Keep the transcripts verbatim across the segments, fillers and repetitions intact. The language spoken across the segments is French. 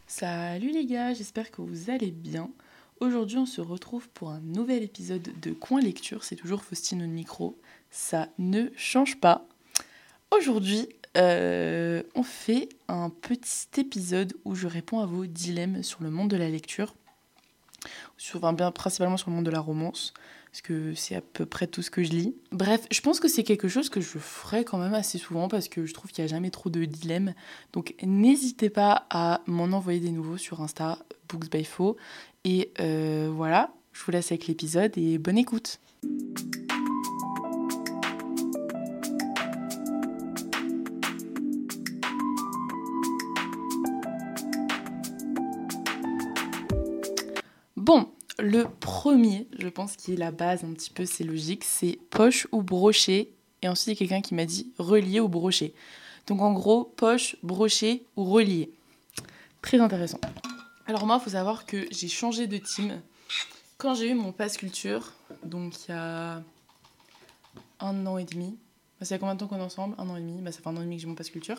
Salut les gars, j'espère que vous allez bien. Aujourd'hui, on se retrouve pour un nouvel épisode de Coin Lecture. C'est toujours Faustine au micro. Ça ne change pas. Aujourd'hui, euh, on fait un petit épisode où je réponds à vos dilemmes sur le monde de la lecture. Sur, enfin, bien, principalement sur le monde de la romance, parce que c'est à peu près tout ce que je lis. Bref, je pense que c'est quelque chose que je ferai quand même assez souvent, parce que je trouve qu'il n'y a jamais trop de dilemmes. Donc n'hésitez pas à m'en envoyer des nouveaux sur Insta, Books by Fo. Et euh, voilà, je vous laisse avec l'épisode et bonne écoute. Bon, le premier, je pense qui est la base un petit peu, c'est logique, c'est poche ou brochet. Et ensuite, il y a quelqu'un qui m'a dit relié ou brochet. Donc en gros, poche, brochet ou relié. Très intéressant. Alors moi, il faut savoir que j'ai changé de team quand j'ai eu mon pass culture, donc il y a un an et demi. Bah, ça fait combien de temps qu'on est ensemble? Un an et demi. Bah, ça fait un an et demi que j'ai mon pass culture.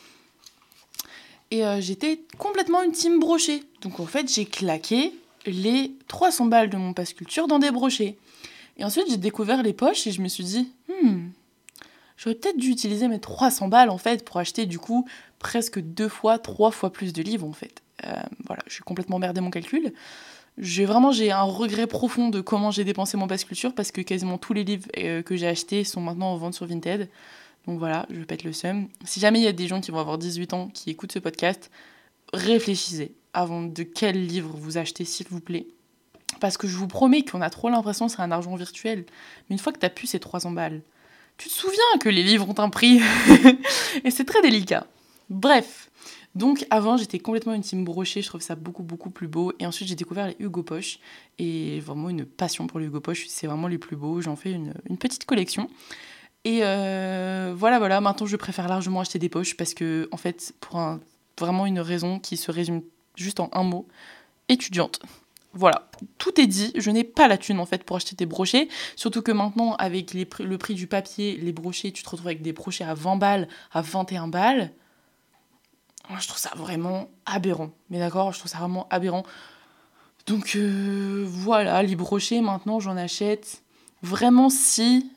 Et euh, j'étais complètement une team brochée. Donc en fait, j'ai claqué les trois cents balles de mon pass culture dans des brochets. Et ensuite, j'ai découvert les poches et je me suis dit, hmm, j'aurais peut-être dû utiliser mes trois cents balles en fait pour acheter du coup presque deux fois, trois fois plus de livres en fait. Euh, voilà, j'ai complètement merdé mon calcul. J'ai vraiment j'ai un regret profond de comment j'ai dépensé mon pass culture parce que quasiment tous les livres euh, que j'ai achetés sont maintenant en vente sur Vinted. Donc voilà, je pète le seum. Si jamais il y a des gens qui vont avoir dix-huit ans qui écoutent ce podcast, réfléchissez avant de quel livre vous achetez s'il vous plaît. Parce que je vous promets qu'on a trop l'impression que c'est un argent virtuel. Mais une fois que t'as pu ces trois cents balles, tu te souviens que les livres ont un prix. Et c'est très délicat. Bref. Donc avant, j'étais complètement une team brochée, je trouve ça beaucoup, beaucoup plus beau. Et ensuite, j'ai découvert les Hugo Poche. Et vraiment une passion pour les Hugo Poche, c'est vraiment les plus beaux. J'en fais une, une petite collection. Et euh, voilà, voilà, maintenant je préfère largement acheter des poches parce que, en fait, pour un, vraiment une raison qui se résume juste en un mot, étudiante. Voilà, tout est dit. Je n'ai pas la thune en fait pour acheter des brochets. Surtout que maintenant, avec les, le prix du papier, les brochets, tu te retrouves avec des brochets à vingt balles, à vingt et un balles. Moi, je trouve ça vraiment aberrant. Mais d'accord, je trouve ça vraiment aberrant. Donc euh, voilà, les brochets, maintenant, j'en achète vraiment si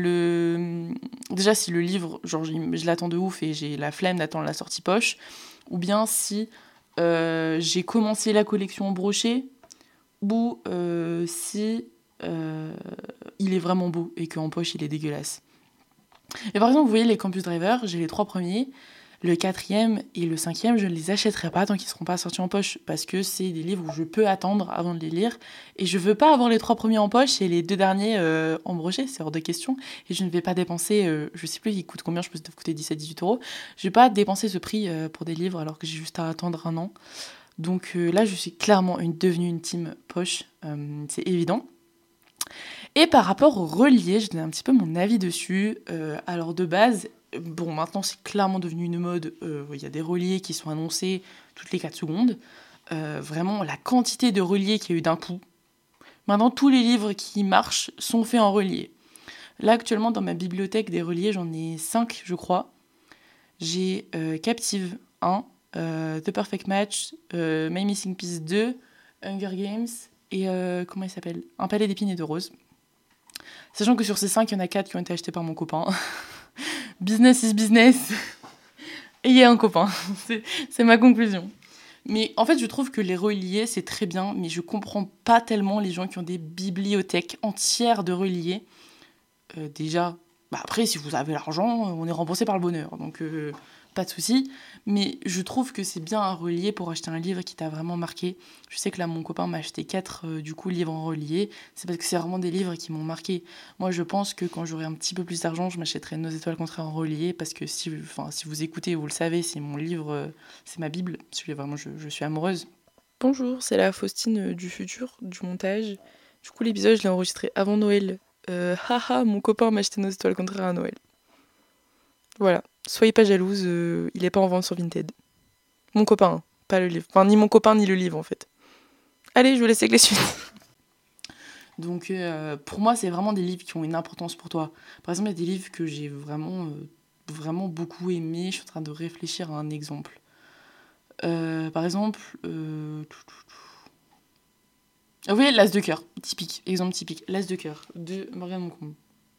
le... Déjà, si le livre, genre, je l'attends de ouf et j'ai la flemme d'attendre la sortie poche. Ou bien si euh, j'ai commencé la collection en brochet ou euh, si euh, il est vraiment beau et qu'en poche il est dégueulasse. Et par exemple, vous voyez les Campus Driver, j'ai les trois premiers, le quatrième et le cinquième, je ne les achèterai pas tant qu'ils ne seront pas sortis en poche parce que c'est des livres où je peux attendre avant de les lire et je veux pas avoir les trois premiers en poche et les deux derniers euh, en brochet, c'est hors de question et je ne vais pas dépenser, euh, je sais plus ils coûtent combien, je pense qu'ils doivent coûter dix-sept à dix-huit euros, je vais pas dépenser ce prix euh, pour des livres alors que j'ai juste à attendre un an. Donc euh, là, je suis clairement une, devenue une team poche, euh, c'est évident. Et par rapport au relié, je donne un petit peu mon avis dessus. Euh, alors de base, bon, maintenant c'est clairement devenu une mode. Il euh, y a des reliés qui sont annoncés toutes les quatre secondes. Euh, vraiment, la quantité de reliés qu'il y a eu d'un coup. Maintenant, tous les livres qui marchent sont faits en relié. Là, actuellement, dans ma bibliothèque des reliés, j'en ai cinq, je crois. J'ai euh, Captive un, euh, The Perfect Match, euh, My Missing Piece deux, Hunger Games et euh, comment il s'appelle Un palais d'épines et de roses. Sachant que sur ces cinq, il y en a quatre qui ont été achetés par mon copain. Business is business. Ayez un copain. C'est, c'est ma conclusion. Mais en fait, je trouve que les reliés, c'est très bien, mais je comprends pas tellement les gens qui ont des bibliothèques entières de reliés. Euh, déjà, bah après, si vous avez l'argent, on est remboursé par le bonheur, donc euh, pas de souci. Mais je trouve que c'est bien un relié pour acheter un livre qui t'a vraiment marqué. Je sais que là, mon copain m'a acheté quatre euh, du coup livres en relié. C'est parce que c'est vraiment des livres qui m'ont marqué. Moi, je pense que quand j'aurai un petit peu plus d'argent, je m'achèterai Nos étoiles contraires en relié parce que si, enfin, si vous écoutez, vous le savez, c'est mon livre, euh, c'est ma bible. Celui vraiment, je, je suis amoureuse. Bonjour, c'est la Faustine du futur, du montage. Du coup, l'épisode, je l'ai enregistré avant Noël. Euh, haha, mon copain m'a acheté Nos étoiles contraires à Noël. Voilà, soyez pas jalouse, euh, il est pas en vente sur Vinted. Mon copain, hein, pas le livre. Enfin, ni mon copain, ni le livre, en fait. Allez, je vous laisse avec les suites. Donc, euh, pour moi, c'est vraiment des livres qui ont une importance pour toi. Par exemple, il y a des livres que j'ai vraiment, euh, vraiment beaucoup aimés. Je suis en train de réfléchir à un exemple. Euh, par exemple, euh... ah oui, l'As de cœur, typique, exemple typique, l'As de cœur de Morgane Moncombe.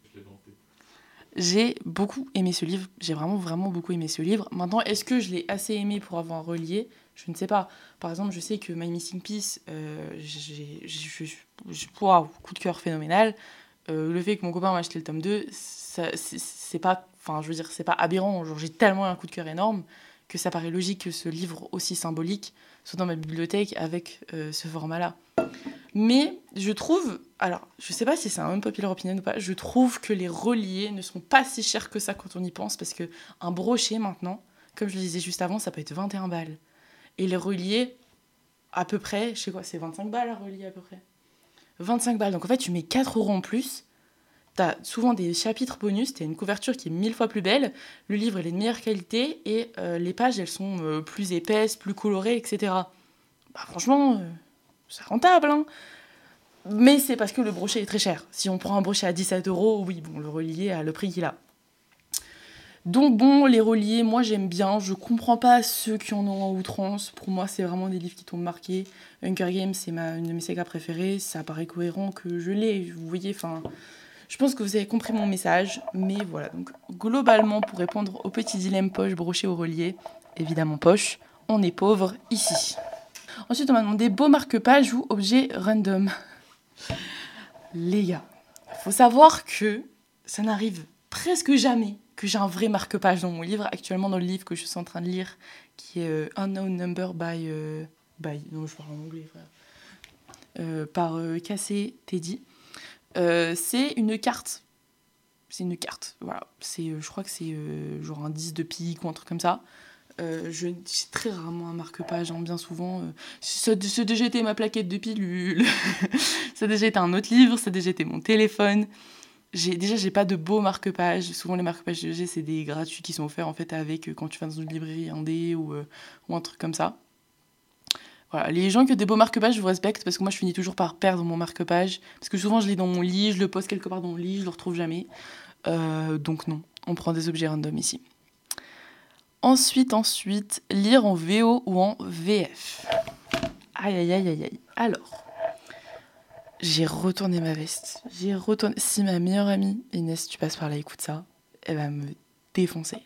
J'ai beaucoup aimé ce livre, j'ai vraiment vraiment beaucoup aimé ce livre. Maintenant, est-ce que je l'ai assez aimé pour avoir relié ? Je ne sais pas. Par exemple, je sais que My Missing Piece, euh, j'ai, j'ai, j'ai, wow, coup de cœur phénoménal. Euh, le fait que mon copain m'a acheté le tome deux, ça, c'est, c'est pas, enfin, je veux dire, c'est pas aberrant. Genre, j'ai tellement un coup de cœur énorme que ça paraît logique que ce livre aussi symbolique soit dans ma bibliothèque avec euh, ce format-là. Mais je trouve, alors je sais pas si c'est un unpopular opinion ou pas, je trouve que les reliés ne sont pas si chers que ça quand on y pense, parce que un brochet maintenant, comme je le disais juste avant, ça peut être vingt et un balles. Et les reliés, à peu près, je sais quoi, c'est vingt-cinq balles à relier à peu près. vingt-cinq balles, donc en fait tu mets quatre euros en plus, t'as souvent des chapitres bonus, t'as une couverture qui est mille fois plus belle, le livre il est de meilleure qualité, et euh, les pages elles sont euh, plus épaisses, plus colorées, et cetera. Bah franchement, euh, c'est rentable, hein. Mais c'est parce que le brochet est très cher. Si on prend un brochet à dix-sept euros, oui, bon, le relié a le prix qu'il a. Donc bon, les reliés, moi j'aime bien. Je comprends pas ceux qui en ont en outrance. Pour moi, c'est vraiment des livres qui t'ont marqué. Hunger Games, c'est ma, une de mes sagas préférées. Ça paraît cohérent que je l'ai. Vous voyez, enfin... Je pense que vous avez compris mon message. Mais voilà, donc globalement, pour répondre au petit dilemme poche, brochet ou relié, évidemment poche, on est pauvre ici. Ensuite, on m'a demandé beau marque-page ou objet random. Les gars, faut savoir que ça n'arrive presque jamais que j'ai un vrai marque-page dans mon livre. Actuellement, dans le livre que je suis en train de lire, qui est euh, Unknown Number by... Euh, by non, je parle en anglais, frère. Euh, par euh, Casey Teddy. Euh, c'est une carte. C'est une carte, voilà. C'est, euh, je crois que c'est euh, genre un dix de pique ou un truc comme ça. Euh, je, j'ai très rarement un marque-page, hein, bien souvent. Euh, ça, ça a déjà été ma plaquette de pilule. Ça a déjà été un autre livre, ça a déjà été mon téléphone. J'ai, déjà, j'ai pas de beaux marque-pages. Souvent, les marque-pages que j'ai, c'est des gratuits qui sont offerts en fait avec euh, quand tu vas dans une librairie indé ou, euh, ou un truc comme ça. Voilà, les gens qui ont des beaux marque-pages, je vous respecte parce que moi, je finis toujours par perdre mon marque-page. Parce que souvent, je l'ai dans mon lit, je le pose quelque part dans mon lit, je le retrouve jamais. Euh, donc non, on prend des objets random ici. Ensuite, ensuite, lire en V O ou en V F. Aïe, aïe, aïe, aïe, aïe. Alors, j'ai retourné ma veste. J'ai retourné... Si ma meilleure amie, Inès, tu passes par là, écoute ça, elle va me défoncer.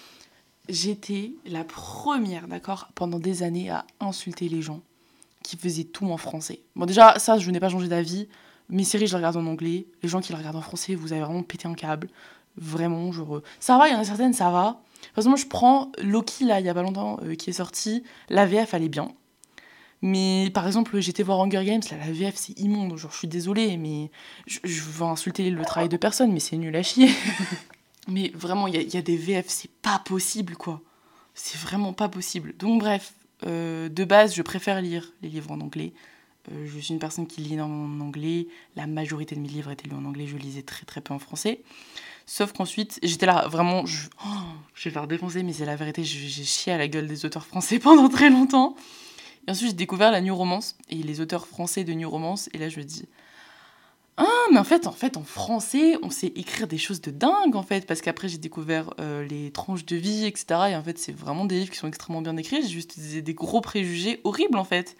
J'étais la première, d'accord, pendant des années à insulter les gens qui faisaient tout en français. Bon, déjà, ça, je n'ai pas changé d'avis. Mes séries, je les regarde en anglais. Les gens qui les regardent en français, vous avez vraiment pété un câble. Vraiment, genre... Ça va, il y en a certaines, ça va. Par exemple, je prends Loki, là, il y a pas longtemps, euh, qui est sorti. La V F, elle est bien. Mais par exemple, j'étais voir Hunger Games, là, la V F, c'est immonde. Genre, je suis désolée, mais je, je veux insulter le travail de personne, mais c'est nul à chier. Mais vraiment, il y, y a des V F, c'est pas possible, quoi. C'est vraiment pas possible. Donc bref, euh, de base, je préfère lire les livres en anglais. Euh, je suis une personne qui lit énormément en anglais. La majorité de mes livres étaient lus en anglais, je lisais très très peu en français. Sauf qu'ensuite, j'étais là, vraiment, je, oh, je vais faire défoncer, mais c'est la vérité, j'ai chié à la gueule des auteurs français pendant très longtemps. Et ensuite, j'ai découvert la New Romance et les auteurs français de New Romance. Et là, je me dis, ah, mais en fait, en fait, en français, on sait écrire des choses de dingue, en fait. Parce qu'après, j'ai découvert euh, les tranches de vie, et cetera. Et en fait, c'est vraiment des livres qui sont extrêmement bien écrits. J'ai juste des, des gros préjugés horribles, en fait.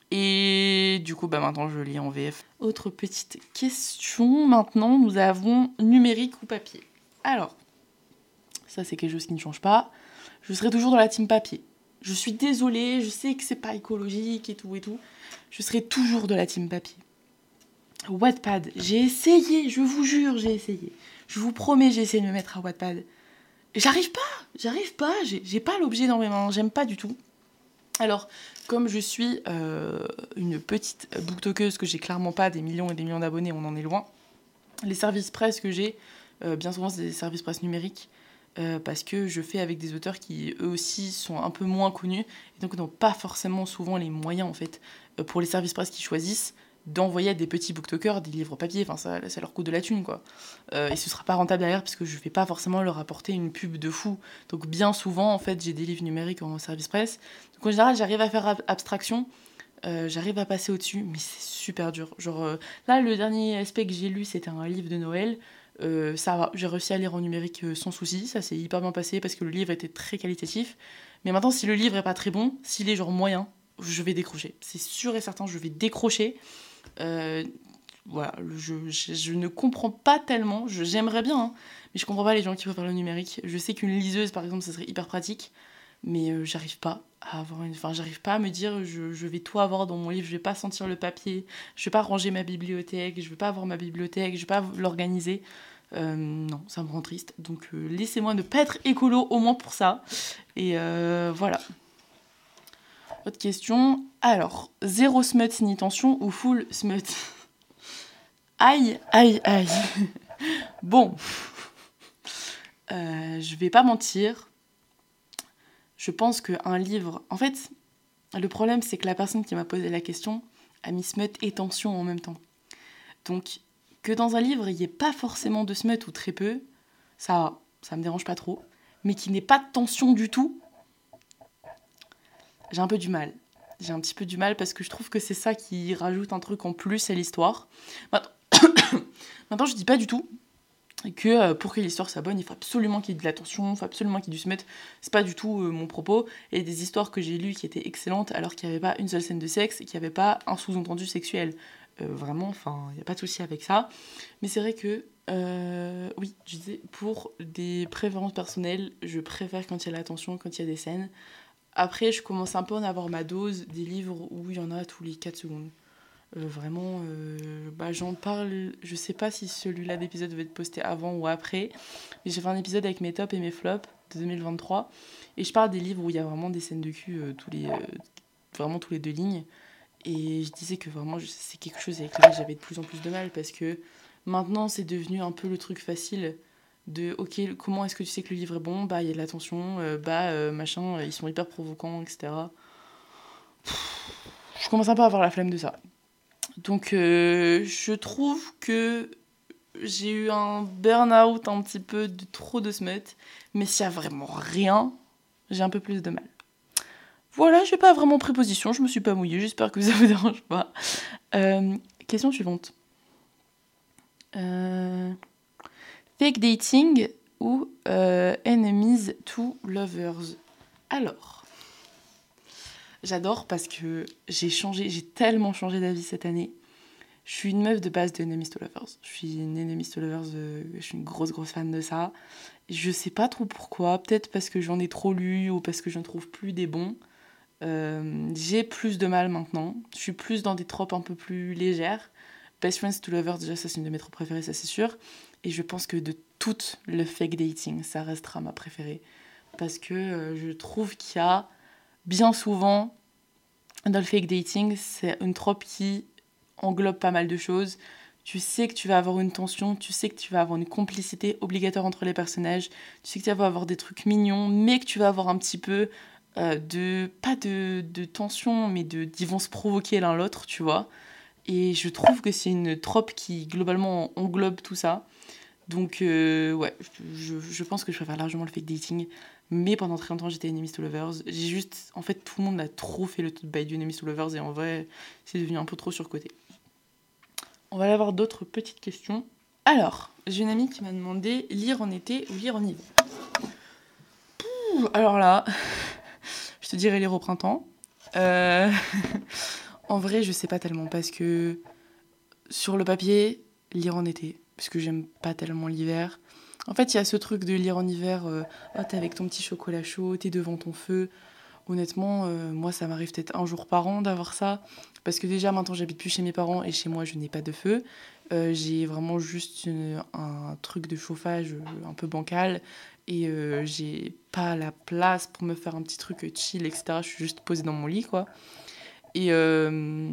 Et du coup, bah, maintenant, je lis en V F. Autre petite question. Maintenant, nous avons numérique ou papier. Alors, ça, c'est quelque chose qui ne change pas. Je serai toujours dans la team papier. Je suis désolée, je sais que c'est pas écologique et tout et tout. Je serai toujours de la team papier. Wattpad, j'ai essayé, je vous jure, j'ai essayé. Je vous promets, j'ai essayé de me mettre à Wattpad. J'arrive pas, j'arrive pas, j'ai, j'ai pas l'objet dans mes mains, j'aime pas du tout. Alors, comme je suis euh, une petite booktokeuse, que j'ai clairement pas des millions et des millions d'abonnés, on en est loin. Les services presse que j'ai, euh, bien souvent c'est des services presse numériques, euh, parce que je fais avec des auteurs qui eux aussi sont un peu moins connus, et donc n'ont pas forcément souvent les moyens en fait, euh, pour les services presse qu'ils choisissent, d'envoyer à des petits booktokers des livres papier, enfin ça, ça leur coûte de la thune quoi. Euh, et ce sera pas rentable derrière parce que je vais pas forcément leur apporter une pub de fou. Donc bien souvent en fait j'ai des livres numériques en service presse. Donc en général j'arrive à faire ab- abstraction, euh, j'arrive à passer au-dessus, mais c'est super dur. Genre euh, là le dernier aspect que j'ai lu c'était un livre de Noël. Euh, ça va, j'ai réussi à lire en numérique euh, sans souci, ça s'est hyper bien passé parce que le livre était très qualitatif. Mais maintenant, si le livre est pas très bon, s'il est genre moyen, je vais décrocher. C'est sûr et certain, je vais décrocher. Euh, voilà, je, je, je ne comprends pas tellement, je, j'aimerais bien, hein, mais je comprends pas les gens qui préfèrent le numérique. Je sais qu'une liseuse, par exemple, ça serait hyper pratique, mais euh, j'arrive pas à avoir une... Enfin, j'arrive pas à me dire, je, je vais tout avoir dans mon livre, je vais pas sentir le papier, je vais pas ranger ma bibliothèque, je vais pas avoir ma bibliothèque, je vais pas l'organiser. Euh, non, ça me rend triste. Donc euh, laissez-moi ne pas être écolo, au moins pour ça. Et euh, voilà. Autre question. Alors, zéro smut ni tension ou full smut? Aïe, aïe, aïe. Bon, euh, je vais pas mentir. Je pense qu'un livre... En fait, le problème, c'est que la personne qui m'a posé la question a mis smut et tension en même temps. Donc, que dans un livre, il n'y ait pas forcément de smut ou très peu, ça, ça me dérange pas trop. Mais qu'il n'ait pas de tension du tout, j'ai un peu du mal. J'ai un petit peu du mal parce que je trouve que c'est ça qui rajoute un truc en plus à l'histoire. Maintenant, Maintenant je dis pas du tout que pour que l'histoire soit bonne, il faut absolument qu'il y ait de la tension, il faut absolument qu'il y ait du smut. C'est pas du tout euh, mon propos. Il y a des histoires que j'ai lues qui étaient excellentes alors qu'il n'y avait pas une seule scène de sexe et qu'il n'y avait pas un sous-entendu sexuel. Euh, vraiment, enfin, il n'y a pas de souci avec ça. Mais c'est vrai que, euh, oui, je disais, pour des préférences personnelles, je préfère quand il y a la tension, quand il y a des scènes. Après, je commence un peu à en avoir ma dose des livres où il y en a tous les quatre secondes. Euh, vraiment, euh, bah, j'en parle. Je sais pas si celui-là d'épisode va être posté avant ou après. Mais j'ai fait un épisode avec mes tops et mes flops de deux mille vingt-trois. Et je parle des livres où il y a vraiment des scènes de cul, euh, tous les, euh, vraiment tous les deux lignes. Et je disais que vraiment, c'est quelque chose avec lequel j'avais de plus en plus de mal. Parce que maintenant, c'est devenu un peu le truc facile de ok, comment est-ce que tu sais que le livre est bon? Bah, il y a de la tension, euh, bah, euh, machin, euh, ils sont hyper provocants, et cetera. Pff, je commence un peu à avoir la flemme de ça. Donc, euh, je trouve que j'ai eu un burn-out un petit peu de trop de smut. Mais s'il y a vraiment rien, j'ai un peu plus de mal. Voilà, j'ai pas vraiment pris position, je me suis pas mouillée, j'espère que ça vous dérange pas. Euh, question suivante. Euh, fake dating ou euh, enemies to lovers? Alors, j'adore parce que j'ai changé, j'ai tellement changé d'avis cette année. Je suis une meuf de base de Enemies to Lovers. Je suis une Enemies to Lovers, euh, je suis une grosse grosse fan de ça. Je sais pas trop pourquoi, peut-être parce que j'en ai trop lu ou parce que je ne trouve plus des bons. Euh, j'ai plus de mal maintenant. Je suis plus dans des tropes un peu plus légères. Best Friends to Lovers, déjà ça c'est une de mes tropes préférées, ça c'est sûr. Et je pense que de tout le fake dating, ça restera ma préférée. Parce que euh, je trouve qu'il y a bien souvent, dans le fake dating, c'est une trope qui englobe pas mal de choses. Tu sais que tu vas avoir une tension, tu sais que tu vas avoir une complicité obligatoire entre les personnages, tu sais que tu vas avoir des trucs mignons, mais que tu vas avoir un petit peu euh, de... pas de, de tension, mais de, d'ils vont se provoquer l'un l'autre, tu vois. Et je trouve que c'est une trope qui, globalement, englobe tout ça. Donc, euh, ouais, je, je pense que je préfère largement le fake dating. Mais pendant très longtemps, j'étais Enemies to Lovers. J'ai juste... En fait, tout le monde a trop fait le bail du Enemies to Lovers et en vrai, c'est devenu un peu trop surcoté. On va aller avoir d'autres petites questions. Alors, j'ai une amie qui m'a demandé lire en été ou lire en hiver. Pouh, alors là, je te dirais lire au printemps. Euh... en vrai, je sais pas tellement parce que sur le papier, lire en été. Parce que j'aime pas tellement l'hiver. En fait, il y a ce truc de lire en hiver, euh, oh, t'es avec ton petit chocolat chaud, t'es devant ton feu. Honnêtement, euh, moi, ça m'arrive peut-être un jour par an d'avoir ça. Parce que déjà, maintenant, j'habite plus chez mes parents et chez moi, je n'ai pas de feu. Euh, j'ai vraiment juste une- un truc de chauffage euh, un peu bancal. Et euh, j'ai pas la place pour me faire un petit truc chill, et cetera. Je suis juste posée dans mon lit, quoi. Et, euh,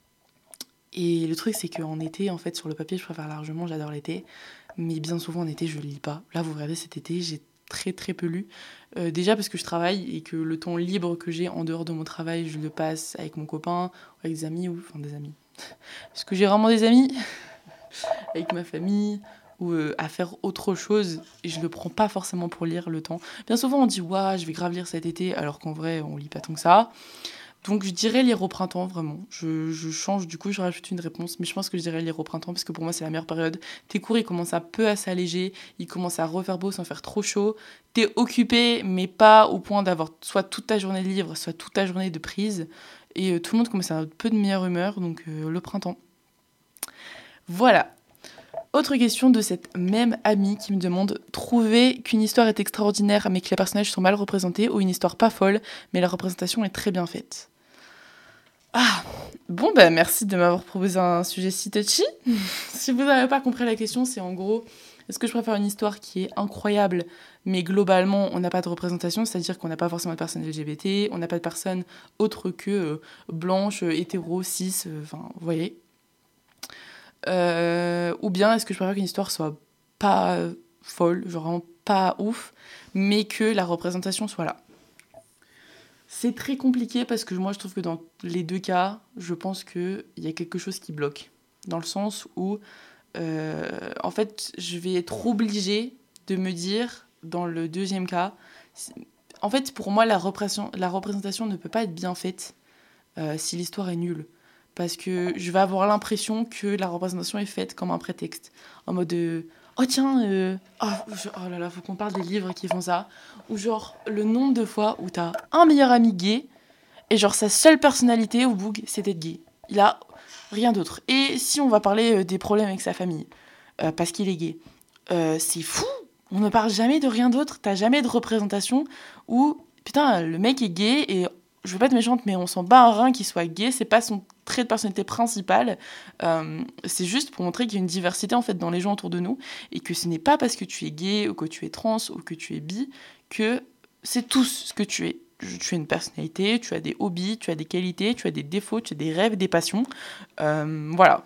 et le truc, c'est qu'en été, en fait, sur le papier, je préfère largement, j'adore l'été. Mais bien souvent, en été, je lis pas. Là, vous regardez, cet été, j'ai très très peu lu. Euh, déjà parce que je travaille et que le temps libre que j'ai en dehors de mon travail, je le passe avec mon copain, avec des amis, ou enfin des amis. Parce que j'ai vraiment des amis, avec ma famille, ou euh, à faire autre chose, et je le prends pas forcément pour lire le temps. Bien souvent, on dit, waouh, je vais grave lire cet été, alors qu'en vrai, on lit pas tant que ça. Donc je dirais lire au printemps, vraiment. Je, je change, du coup, je rajoute une réponse. Mais je pense que je dirais lire au printemps, parce que pour moi, c'est la meilleure période. Tes cours, ils commencent un peu à s'alléger, ils commencent à refaire beau sans faire trop chaud. T'es occupé, mais pas au point d'avoir soit toute ta journée de livre, soit toute ta journée de prise. Et euh, tout le monde commence à avoir un peu de meilleure humeur, donc euh, le printemps. Voilà. Autre question de cette même amie qui me demande: trouver qu'une histoire est extraordinaire mais que les personnages sont mal représentés, ou une histoire pas folle mais la représentation est très bien faite? Ah, bon bah merci de m'avoir proposé un sujet si touchy. Si vous n'avez pas compris la question, c'est en gros: est-ce que je préfère une histoire qui est incroyable mais globalement on n'a pas de représentation, c'est-à-dire qu'on n'a pas forcément de personnes L G B T, on n'a pas de personnes autres que euh, blanches, euh, hétéros, cis, euh, enfin vous voyez. Euh, ou bien est-ce que je préfère qu'une histoire soit pas folle, genre vraiment pas ouf, mais que la représentation soit là? C'est très compliqué parce que moi je trouve que dans les deux cas, je pense qu'il y a quelque chose qui bloque. Dans le sens où, euh, en fait, je vais être obligée de me dire, dans le deuxième cas, en fait, pour moi, la représentation, la représentation ne peut pas être bien faite euh, si l'histoire est nulle. Parce que je vais avoir l'impression que la représentation est faite comme un prétexte. En mode de, oh tiens, euh, oh, je- oh là là, faut qu'on parle des livres qui font ça. Ou genre, le nombre de fois où t'as un meilleur ami gay, et genre sa seule personnalité au bout, c'est d'être gay. Il a rien d'autre. Et si on va parler euh, des problèmes avec sa famille, euh, parce qu'il est gay, euh, c'est fou. On ne parle jamais de rien d'autre. T'as jamais de représentation où, putain, le mec est gay et je veux pas être méchante, mais on s'en bat un rein qu'il soit gay. C'est pas son trait de personnalité principal. Euh, c'est juste pour montrer qu'il y a une diversité en fait dans les gens autour de nous et que ce n'est pas parce que tu es gay ou que tu es trans ou que tu es bi que c'est tout ce que tu es. Tu as une personnalité, tu as des hobbies, tu as des qualités, tu as des défauts, tu as des rêves, des passions. Euh, voilà.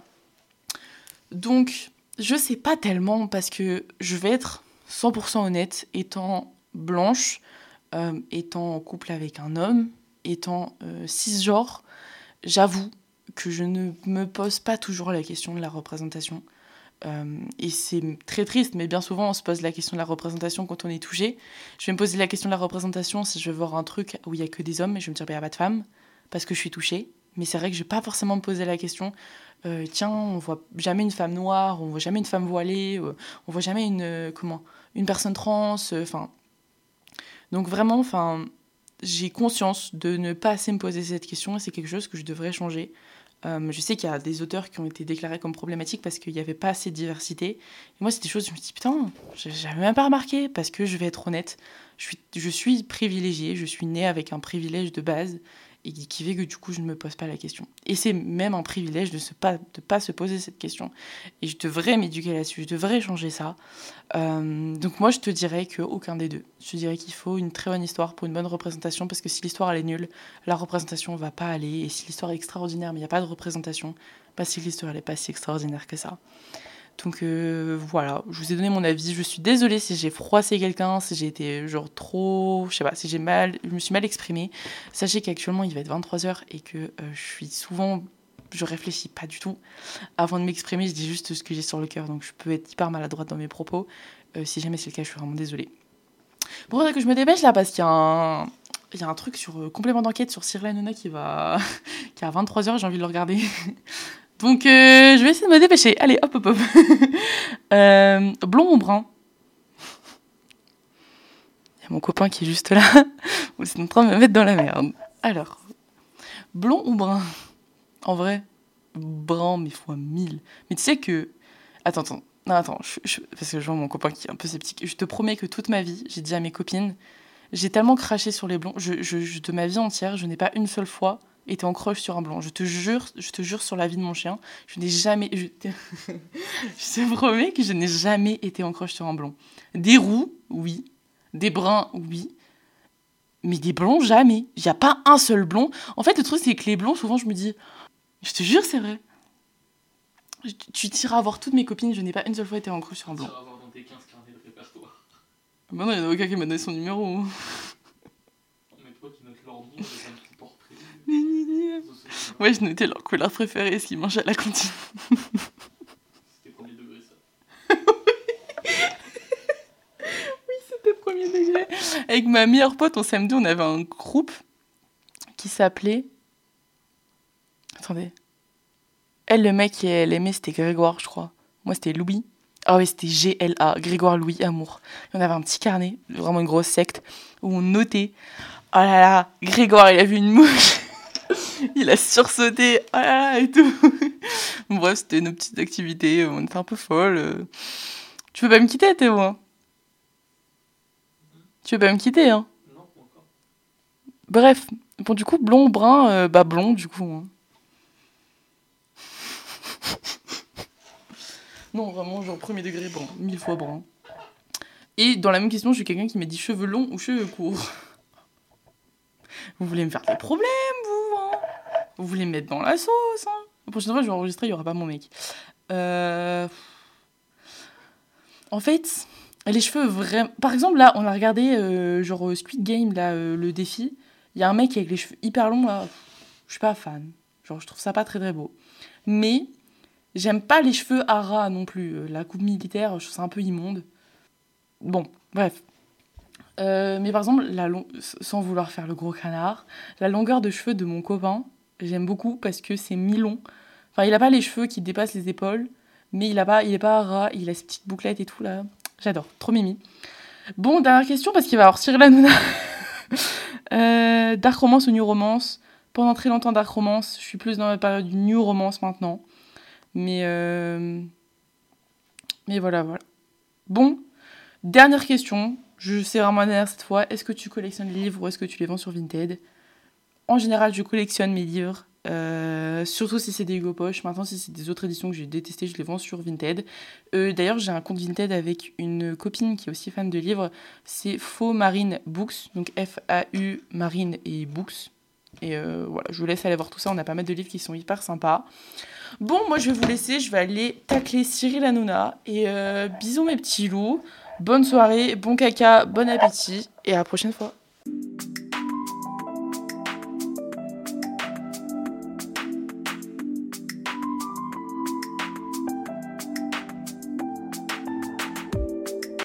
Donc, je sais pas tellement parce que je vais être cent pour cent honnête, étant blanche, euh, étant en couple avec un homme, étant euh, cisgenre, j'avoue que je ne me pose pas toujours la question de la représentation. Euh, et c'est très triste, mais bien souvent on se pose la question de la représentation quand on est touché. Je vais me poser la question de la représentation si je veux voir un truc où il y a que des hommes, et je vais me dire, bah, il n'y a pas de femmes, parce que je suis touchée. Mais c'est vrai que je vais pas forcément me poser la question, euh, tiens, on voit jamais une femme noire, on voit jamais une femme voilée, euh, on voit jamais une, euh, comment, une personne trans, enfin. Euh, donc vraiment, enfin, j'ai conscience de ne pas assez me poser cette question, et c'est quelque chose que je devrais changer. Euh, je sais qu'il y a des auteurs qui ont été déclarés comme problématiques parce qu'il n'y avait pas assez de diversité. Et moi, c'est des choses, je me dis, putain, j'avais même pas remarqué, parce que je vais être honnête, je suis, je suis privilégiée, je suis née avec un privilège de base, et qui fait que du coup, je ne me pose pas la question. Et c'est même un privilège de ne pas, de pas se poser cette question. Et je devrais m'éduquer là-dessus, je devrais changer ça. Euh, donc moi, je te dirais qu'aucun des deux. Je te dirais qu'il faut une très bonne histoire pour une bonne représentation, parce que si l'histoire elle est nulle, la représentation va pas aller. Et si l'histoire est extraordinaire, mais il n'y a pas de représentation, bah c'est que l'histoire elle est pas si extraordinaire que ça. Donc euh, voilà, je vous ai donné mon avis. Je suis désolée si j'ai froissé quelqu'un, si j'ai été genre trop, je sais pas, si j'ai mal, je me suis mal exprimée. Sachez qu'actuellement il va être vingt-trois heures et que euh, je suis souvent, je réfléchis pas du tout avant de m'exprimer. Je dis juste ce que j'ai sur le cœur, donc je peux être hyper maladroite dans mes propos. Euh, si jamais c'est le cas, je suis vraiment désolée. Bon, faudrait que je me dépêche là parce qu'il y a un, il y a un truc sur euh, complément d'enquête sur Cyril Hanouna qui va, qui est à vingt-trois heures. J'ai envie de le regarder. Donc, euh, je vais essayer de me dépêcher. Allez, hop, hop, hop. euh, blond ou brun? Il y a mon copain qui est juste là. C'est en train de me mettre dans la merde. Alors, blond ou brun? En vrai, brun, mais fois mille. Mais tu sais que... Attends, attends. Non, attends. Je, je... Parce que je vois mon copain qui est un peu sceptique. Je te promets que toute ma vie, j'ai dit à mes copines, j'ai tellement craché sur les blonds. Je, je, je, de ma vie entière, je n'ai pas une seule fois été en crush sur un blond. Je te jure, je te jure sur la vie de mon chien, je n'ai jamais... Je te, je te promets que je n'ai jamais été en crush sur un blond. Des roux, oui. Des bruns, oui. Mais des blonds, jamais. Il n'y a pas un seul blond. En fait, le truc, c'est que les blonds, souvent, je me dis... Je te jure, c'est vrai. Je- Tu t'iras voir toutes mes copines, je n'ai pas une seule fois été en crush sur un blond. Tu iras voir dans tes quinze carnets de répertoire. Bah non, il n'y en a aucun qui m'a donné son numéro. Non, mais toi qui notes leur nom avec un petit portrait. Ouais, je notais leur couleur préférée, ce qu'ils mangeaient à la cantine. C'était premier degré, ça. C'était premier degré. Avec ma meilleure pote, en C M deux, on avait un groupe qui s'appelait Attendez. Elle, le mec qu'elle aimait, c'était Grégoire, je crois. Moi, c'était Louis. Ah oui, c'était G L A, Grégoire Louis Amour. Et on avait un petit carnet, vraiment une grosse secte, où on notait. Oh là là, Grégoire, il a vu une mouche. Il a sursauté. Oh là là, et tout. Bref, c'était nos petites activités. On était un peu folles. Tu veux pas me quitter, Théo, hein? Tu veux pas me quitter, hein? Non, pas encore. Bref. Bon, du coup, blond, brun, euh, bah blond, du coup. Hein. Non, vraiment, genre premier degré brun, mille fois brun. Et dans la même question, j'ai quelqu'un qui m'a dit cheveux longs ou cheveux courts. Vous voulez me faire des problèmes, vous, hein? Vous voulez me mettre dans la sauce, hein? La prochaine fois, je vais enregistrer, il n'y aura pas mon mec. Euh... En fait, les cheveux vraiment... Par exemple, là, on a regardé, euh, genre, Squid Game, là, euh, le défi. Il y a un mec avec les cheveux hyper longs, là. Je suis pas fan. Genre, je trouve ça pas très, très beau. Mais... J'aime pas les cheveux à ras non plus. La coupe militaire, je trouve ça un peu immonde. Bon, bref. Euh, mais par exemple, la long... sans vouloir faire le gros canard, la longueur de cheveux de mon copain, j'aime beaucoup parce que c'est mi-long. Enfin, il a pas les cheveux qui dépassent les épaules, mais il a pas, il est pas à ras, il a ses petites bouclettes et tout là. J'adore, trop mimi. Bon, dernière question parce qu'il va avoir Cyril Hanouna. euh, dark romance ou new romance? Pendant très longtemps dark romance, je suis plus dans la période du new romance maintenant. Mais, euh... mais voilà, voilà. Bon, dernière question. Je sais vraiment la dernière cette fois. Est-ce que tu collectionnes les livres ou est-ce que tu les vends sur Vinted? En général, je collectionne mes livres. Euh, surtout si c'est des Hugo Poche. Maintenant, si c'est des autres éditions que j'ai détestées, je les vends sur Vinted. Euh, d'ailleurs, j'ai un compte Vinted avec une copine qui est aussi fan de livres. C'est Faux Marine Books. Donc F A U Marine et Books. Et euh, voilà, je vous laisse aller voir tout ça. On a pas mal de livres qui sont hyper sympas. Bon, moi je vais vous laisser, je vais aller tacler Cyril Hanouna. Et euh, bisous mes petits loups, bonne soirée, bon caca, bon appétit, et à la prochaine fois.